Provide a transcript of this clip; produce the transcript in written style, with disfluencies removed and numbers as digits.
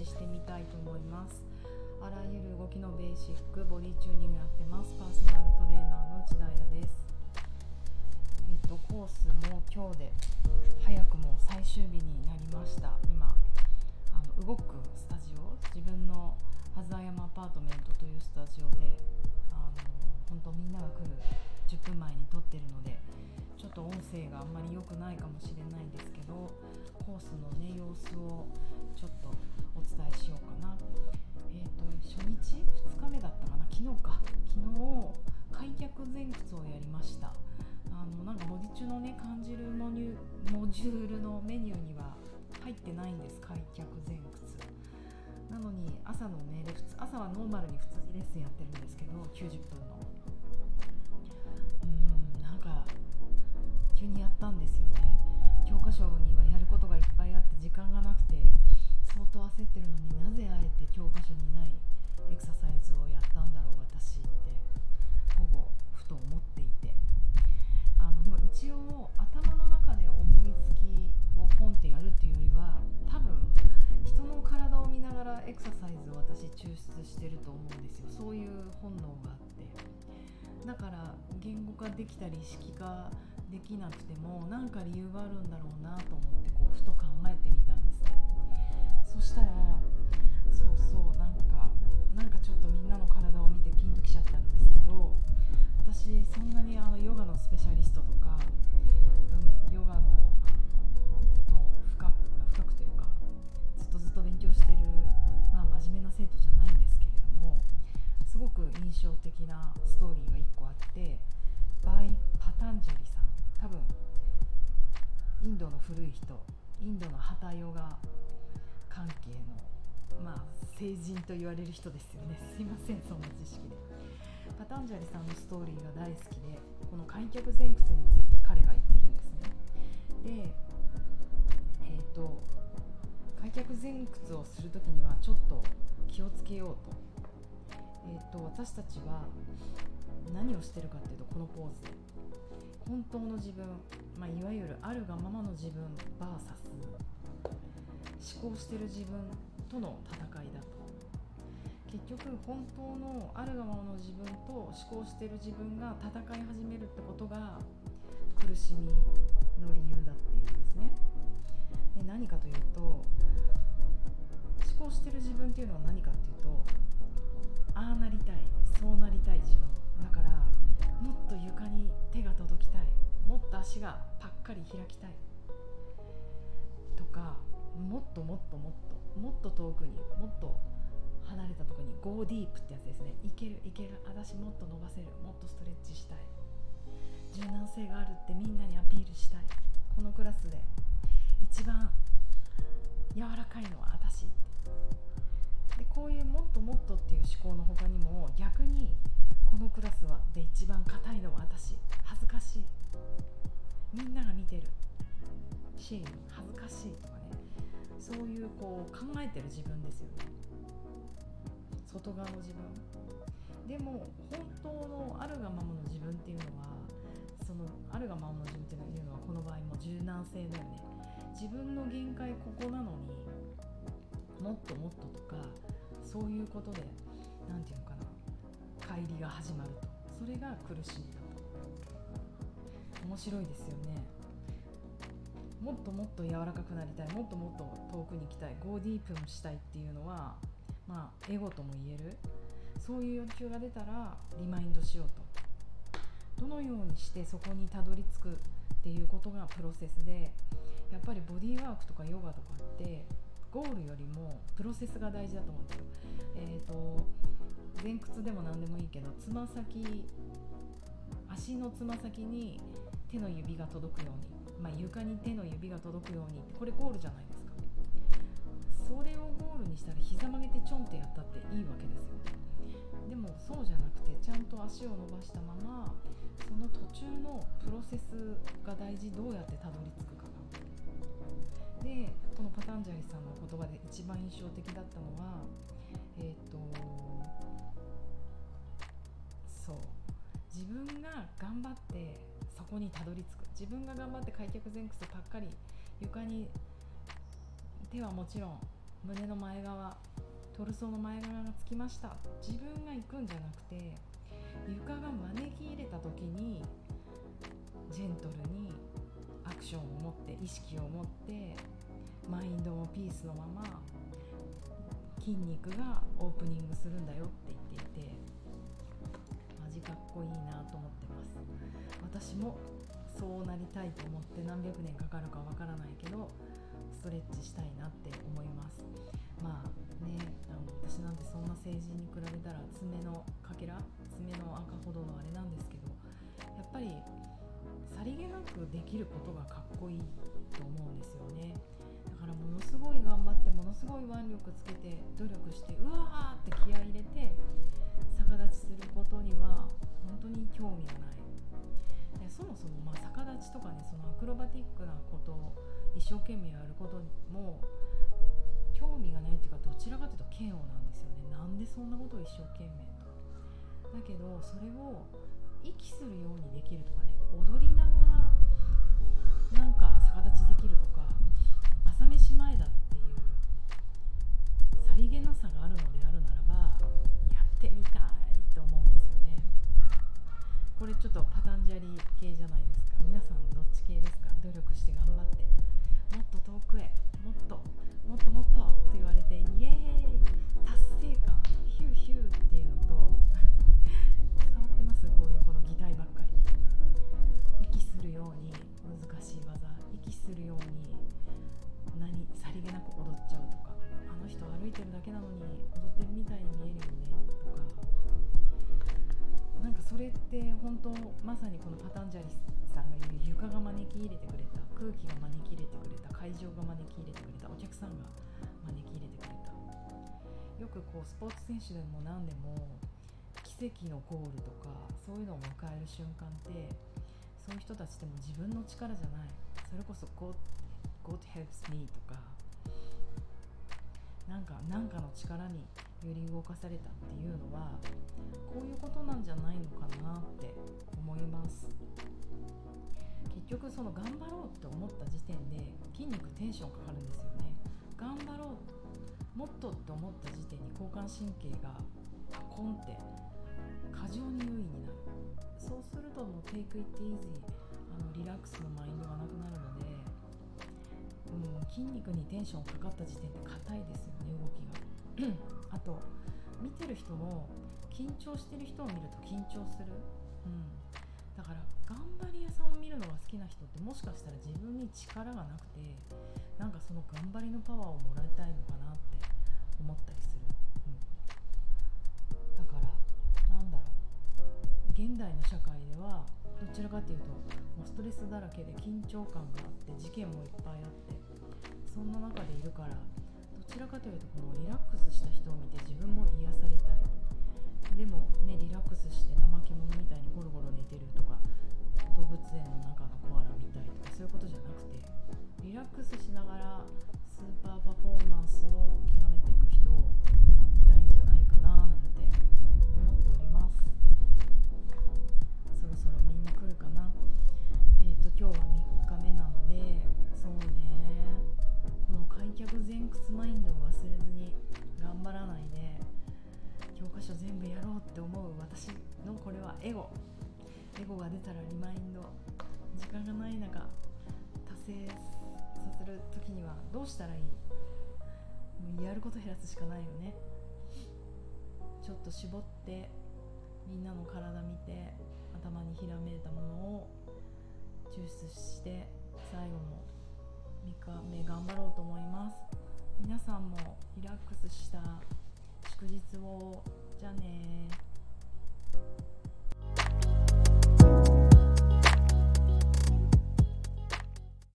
ししてみたいと思います。あらゆる動きのベーシック、ボディチューニングやってます。パーソナルトレーナーの内田彩です。コースも今日で早くも最終日になりました。今動くスタジオ、自分のハザーヤマアパートメントというスタジオで本当みんなが来る10分前に撮ってるので、ちょっと音声があんまり良くないかもしれないんですけど、コースのね様子をちょっとお伝えしようかな。初日2日目だったかな、昨日開脚前屈をやりました。なんかボディ中のね感じるモジュールのメニューには入ってないんです、開脚前屈なのに。朝のね朝はノーマルに普通にレッスンやってるんですけど、90分のなんか急にやったんですよね。教科書にはやることがいっぱいあって時間がなくて相当焦ってるのに、なぜあえて教科書にないエクササイズをやったんだろう私ってほぼふと思っていて、でも一応頭の中で思いつきをポンってやるっていうよりは、多分人の体を見ながらエクササイズを私抽出してると思うんですよ。そういう本能があって、だから言語化できたり意識化できなくても何か理由があるんだろうなと思ってふと考えてみたんですね。そしたらなんかちょっとみんなの体を見てピンときちゃったんですけど、私そんなにヨガのスペシャリストとか、ヨガのことを深くというかずっと勉強してる、真面目な生徒じゃないんですけれども、すごく印象的なストーリーが1個あって、バイ・パタンジャリさん、多分インドの古い人、インドのハタヨガ関係の聖人と言われる人ですよね。すいません、そんな知識で。パタンジャリさんのストーリーが大好きで、この開脚前屈について彼が言ってるんですね。で、開脚前屈をするときにはちょっと気をつけようと。私たちは何をしてるかっていうと、このポーズで本当の自分、いわゆるあるがままの自分 VS 思考してる自分との戦いだと。結局本当のあるがままの自分と思考してる自分が戦い始めるってことが苦しみの理由だっていうんですね。で、何かというと、思考してる自分っていうのは何かっていうと、ああなりたい、そうなりたい自分だから、もっと床に手が届きたい、もっと足がパッカリ開きたいとか、もっと遠くに、もっと離れたところに Go deep ってやつですね。いける、私もっと伸ばせる、もっとストレッチしたい、柔軟性があるってみんなにアピールしたい、このクラスで一番柔らかいのは私って。で、こういうもっとっていう思考の他にも、逆にこのクラスで一番硬いのは私、恥ずかしい、みんなが見てる、シェイム、恥ずかしいとかね、そういう考えてる自分ですよね、外側の自分。でも本当のあるがままの自分っていうのは、そのあるがままの自分っていうのは、この場合も柔軟性だよね。自分の限界ここなのに、もっととか、そういうことでなんていうのかな、乖離が始まると。それが苦しみだと。面白いですよね。もっと柔らかくなりたい、もっと遠くに行きたい、ゴーディープもしたいっていうのは、エゴとも言える。そういう欲求が出たらリマインドしようと。どのようにしてそこにたどり着くっていうことがプロセスで、やっぱりボディーワークとかヨガとかってゴールよりもプロセスが大事だと思うんですよ。前屈でも何でもいいけど、足のつま先に手の指が届くように、床に手の指が届くようにって、これゴールじゃないですか。それをゴールにしたら膝曲げてちょんってやったっていいわけですよ。でもそうじゃなくて、ちゃんと足を伸ばしたまま、その途中のプロセスが大事。どうやってたどり着くかが。で、このパタンジャリさんの言葉で一番印象的だったのは、自分が頑張ってそこにたどり着く。自分が頑張って開脚前屈でパッカリ床に手はもちろん胸の前側、トルソーの前側がつきました、自分が行くんじゃなくて、床が招き入れた時にジェントルにアクションを持って、意識を持って、マインドもピースのまま筋肉がオープニングするんだよって言っていて、マジかっこいいなと思ってます。私もそうなりたいと思って、何百年かかるかわからないけどストレッチしたいなって思います。まあね、私なんてそんな成人に比べたら爪のかけら、爪の赤ほどのあれなんですけど、やっぱりさりげなくできることがかっこいいと思うんですよね。だからものすごい頑張って、ものすごい腕力つけて努力して、うわーって気合い入れて逆立ちすることには本当に興味がない。でそもそも逆立ちとかね、そのアクロバティックなことを一生懸命やることも興味がないっていうか、どちらかというと嫌悪なんですよね。なんでそんなことを一生懸命と。だけどそれを息するようにできるとかね、踊りながらなんか逆立ちできるとか、朝飯前だっていうさりげなさがあるのであるならば、やってみたいって思うんですよね。これちょっとパタンジャリ系じゃないですか。皆さんどっち系ですか？努力して頑張って、もっと遠くへ、もっともっともっとって言われて、イエーイ達成感、ヒューヒューっていうのと伝わってます？この擬態ばっかり、息するように難しい技、息するようにさりげなく踊っちゃうとか、あの人歩いてるだけなのに踊ってるみたいに見えるよねとか、なんかそれって本当まさにこのパタンジャリさんが言う、床が招き入れてくれた、空気が招き入れてくれた、会場が招き入れてくれた、お客さんが招き入れてくれた。よくスポーツ選手でも何でも奇跡のゴールとかそういうのを迎える瞬間って、そういう人たちでも自分の力じゃない、それこそ God helps me とか、なんかの力に揺り動かされたっていうのは、こういうことなんじゃないのかなって思います。結局その頑張ろうって思った時点で筋肉テンションかかるんですよね。頑張ろう、もっとって思った時点に交感神経がパコンって過剰に優位になる。そうするともう take it easy、リラックスのマインドがなくなるので、筋肉にテンションかかった時点で硬いですよね、動きがあと見てる人も緊張してる人を見ると緊張する、だから頑張り屋さんを見るのが好きな人ってもしかしたら自分に力がなくて、なんかその頑張りのパワーをもらいたいのかなって思ったりする、だからなんだろう、現代の社会ではどちらかというともうストレスだらけで緊張感があって事件もいっぱいあって、そんな中でいるから、どちらかというとこのリラックスした人を見て自分も癒されたい。でもね、リラックスして怠け者みたいにゴロゴロ寝てるとか、動物園の中のコアラみたいとか、そういうことじゃなくて、リラックスしながらスーパーパフォーマンスを極めていく人を見たいんじゃないかななんて思っております。そろそろみんな来るかな。今日は3日目なので、そうね、この開脚前屈マインドを忘れずに頑張らないで教科書全部やろうって思う私の、これはエゴが出たらリマインド、時間がない中達成させる時にはどうしたらいい？もうやること減らすしかないよね。ちょっと絞ってみんなの体見て、頭にひらめいたものを抽出して最後の3日目頑張ろうと思います。皆さんもリラックスした祝日を。じゃあね。